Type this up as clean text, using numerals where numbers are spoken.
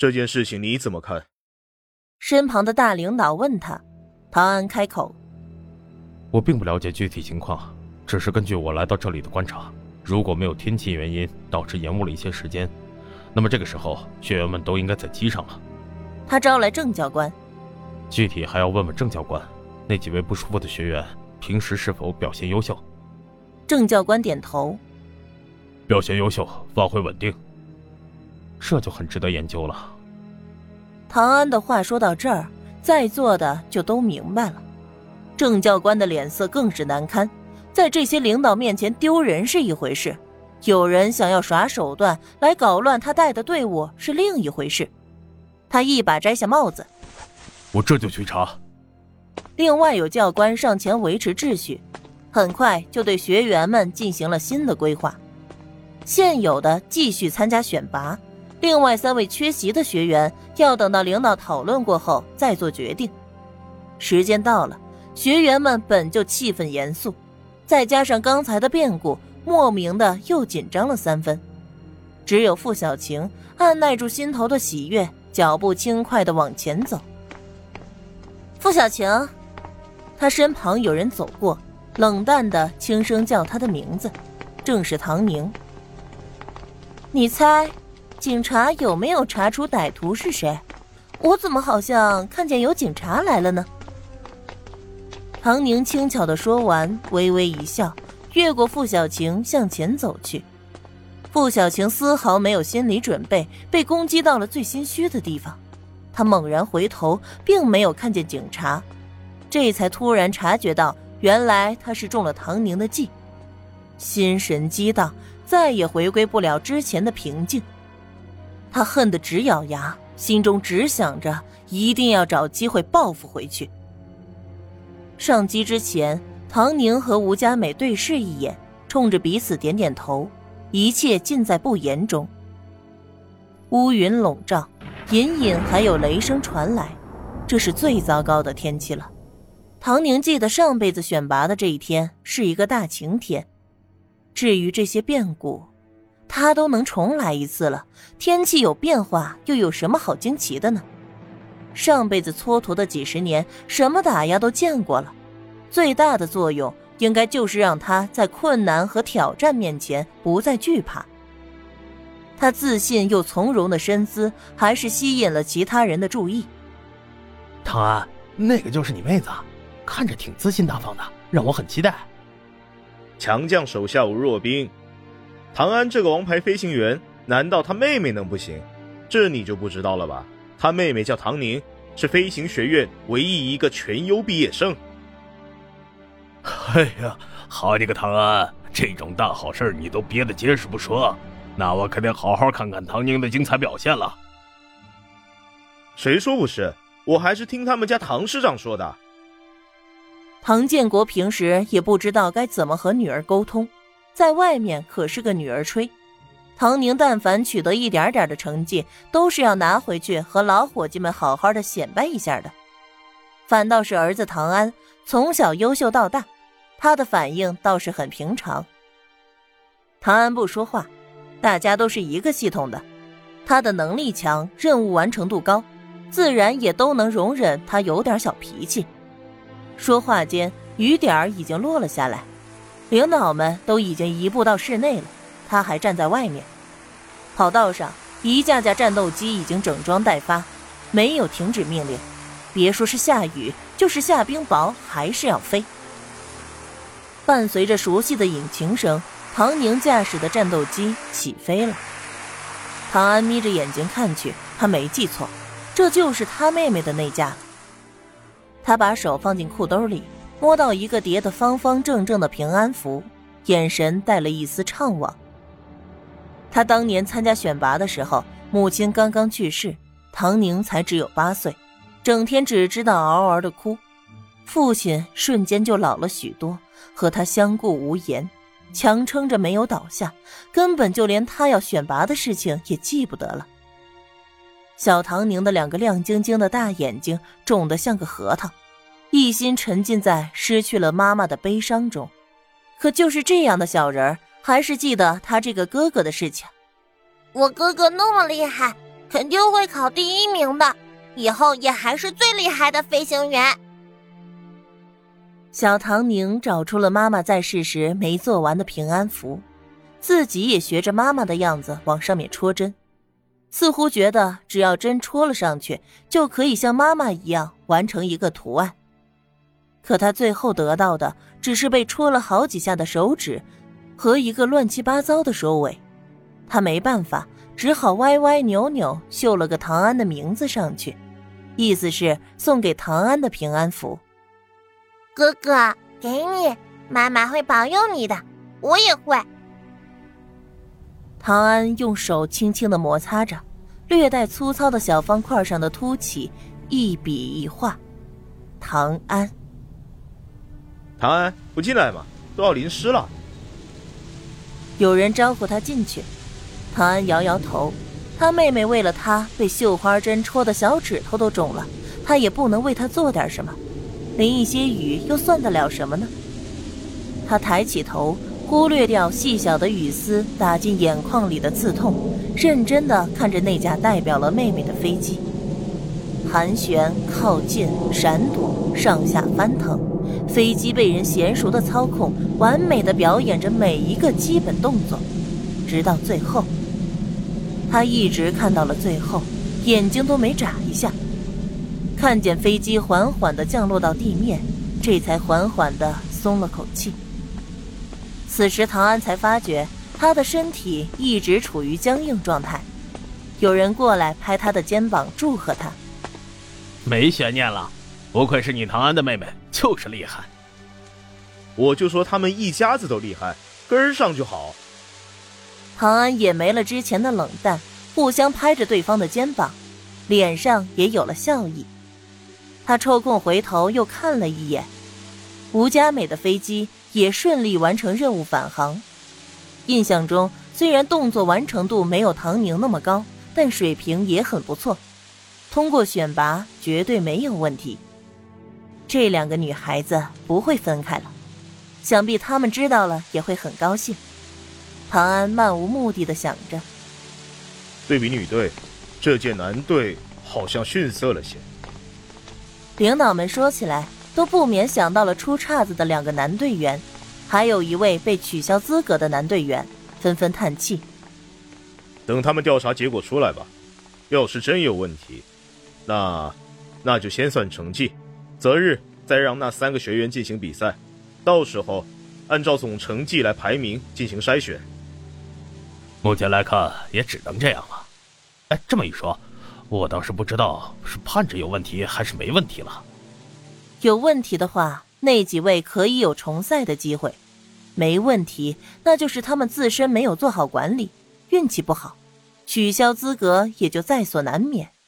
这件事情你怎么看？ 身旁的大领导问他，唐安开口： 我并不了解具体情况，只是根据我来到这里的观察，如果没有天气原因导致延误了一些时间，那么这个时候学员们都应该在机上了。 他招来郑教官， 具体还要问问郑教官，那几位不舒服的学员平时是否表现优秀？ 郑教官点头， 表现优秀，发挥稳定，这就很值得研究了。 唐安的话说到这儿，在座的就都明白了。郑教官的脸色更是难堪，在这些领导面前丢人是一回事，有人想要耍手段来搞乱他带的队伍是另一回事。他一把摘下帽子， 我这就去查。 另外有教官上前维持秩序，很快就对学员们进行了新的规划。现有的继续参加选拔，另外3位缺席的学员要等到领导讨论过后再做决定。时间到了，学员们本就气氛严肃，再加上刚才的变故，莫名的又紧张了3分。只有傅小晴按耐住心头的喜悦，脚步轻快地往前走。傅小晴，他身旁有人走过，冷淡地轻声叫他的名字，正是唐宁。你猜警察有没有查出歹徒是谁？我怎么好像看见有警察来了呢？唐宁轻巧地说完，微微一笑，越过傅小晴向前走去。傅小晴丝毫没有心理准备，被攻击到了最心虚的地方。他猛然回头，并没有看见警察，这才突然察觉到，原来他是中了唐宁的计。心神激荡，再也回归不了之前的平静。他恨得直咬牙，心中只想着一定要找机会报复回去。上机之前，唐宁和吴佳美对视一眼，冲着彼此点点头，一切尽在不言中。乌云笼罩，隐隐还有雷声传来，这是最糟糕的天气了。唐宁记得上辈子选拔的这一天是一个大晴天，至于这些变故，他都能重来一次了，天气有变化又有什么好惊奇的呢？上辈子蹉跎的几十年，什么打压都见过了，最大的作用应该就是让他在困难和挑战面前不再惧怕。他自信又从容的身姿还是吸引了其他人的注意。 唐安，那个就是你妹子，看着挺自信大方的，让我很期待。 强将手下无弱兵，唐安这个王牌飞行员，难道他妹妹能不行？这你就不知道了吧？他妹妹叫唐宁，是飞行学院唯一一个全优毕业生。 哎呀，好你个唐安，这种大好事你都憋得结实不说，那我可得好好看看唐宁的精彩表现了。 谁说不是？我还是听他们家唐师长说的。 唐建国平时也不知道该怎么和女儿沟通，在外面可是个女儿吹。唐宁但凡取得一点点的成绩，都是要拿回去和老伙计们好好的显摆一下的。反倒是儿子唐安，从小优秀到大，他的反应倒是很平常。唐安不说话，大家都是一个系统的，他的能力强，任务完成度高，自然也都能容忍他有点小脾气。说话间，雨点已经落了下来，领导们都已经移步到室内了，他还站在外面。跑道上一架架战斗机已经整装待发，没有停止命令，别说是下雨，就是下冰雹还是要飞。伴随着熟悉的引擎声，唐宁驾驶的战斗机起飞了。唐安眯着眼睛看去，他没记错，这就是他妹妹的那架。他把手放进裤兜里，摸到一个叠得方方正正的平安符，眼神带了一丝怅惘。他当年参加选拔的时候，母亲刚刚去世，唐宁才只有8岁，整天只知道嗷嗷的哭。父亲瞬间就老了许多，和他相顾无言，强撑着没有倒下，根本就连他要选拔的事情也记不得了。小唐宁的2个亮晶晶的大眼睛肿得像个核桃，一心沉浸在失去了妈妈的悲伤中。可就是这样的小人，还是记得他这个哥哥的事情。 我哥哥那么厉害， 肯定会考第1名的，以后也还是最厉害的飞行员。 小唐宁找出了妈妈在世时没做完的平安符，自己也学着妈妈的样子往上面戳针，似乎觉得只要针戳了上去，就可以像妈妈一样完成一个图案。可他最后得到的只是被戳了好几下的手指和一个乱七八糟的收尾。他没办法，只好歪歪扭扭绣了个唐安的名字上去，意思是送给唐安的平安符。 哥哥，给你，妈妈会保佑你的，我也会。 唐安用手轻轻地摩擦着，略带粗糙的小方块上的凸起一笔一画。唐安。 唐安，不进来吗？都要淋湿了。 有人招呼他进去，唐安摇摇头，他妹妹为了他被绣花针戳的小指头都肿了，他也不能为他做点什么，淋一些雨又算得了什么呢？他抬起头，忽略掉细小的雨丝打进眼眶里的刺痛，认真地看着那架代表了妹妹的飞机。盘旋、靠近、闪躲、上下翻腾，飞机被人娴熟的操控，完美地表演着每一个基本动作，直到最后。他一直看到了最后，眼睛都没眨一下，看见飞机缓缓地降落到地面，这才缓缓地松了口气。此时唐安才发觉他的身体一直处于僵硬状态，有人过来拍他的肩膀祝贺他。 没悬念了，不愧是你唐安的妹妹，就是厉害。 我就说他们一家子都厉害，根儿上就好。 唐安也没了之前的冷淡，互相拍着对方的肩膀，脸上也有了笑意。他抽空回头又看了一眼，吴佳美的飞机也顺利完成任务返航。印象中虽然动作完成度没有唐宁那么高，但水平也很不错，通过选拔绝对没有问题。这两个女孩子不会分开了，想必她们知道了也会很高兴。唐安漫无目的地想着， 对比女队，这届男队好像逊色了些。 领导们说起来都不免想到了出岔子的2个男队员，还有一位被取消资格的男队员，纷纷叹气。 等他们调查结果出来吧，要是真有问题，那就先算成绩，择日再让那3个学员进行比赛，到时候按照总成绩来排名进行筛选。 目前来看也只能这样了。哎，这么一说，我倒是不知道是盼着有问题还是没问题了。 有问题的话，那几位可以有重赛的机会；没问题，那就是他们自身没有做好管理，运气不好，取消资格也就在所难免。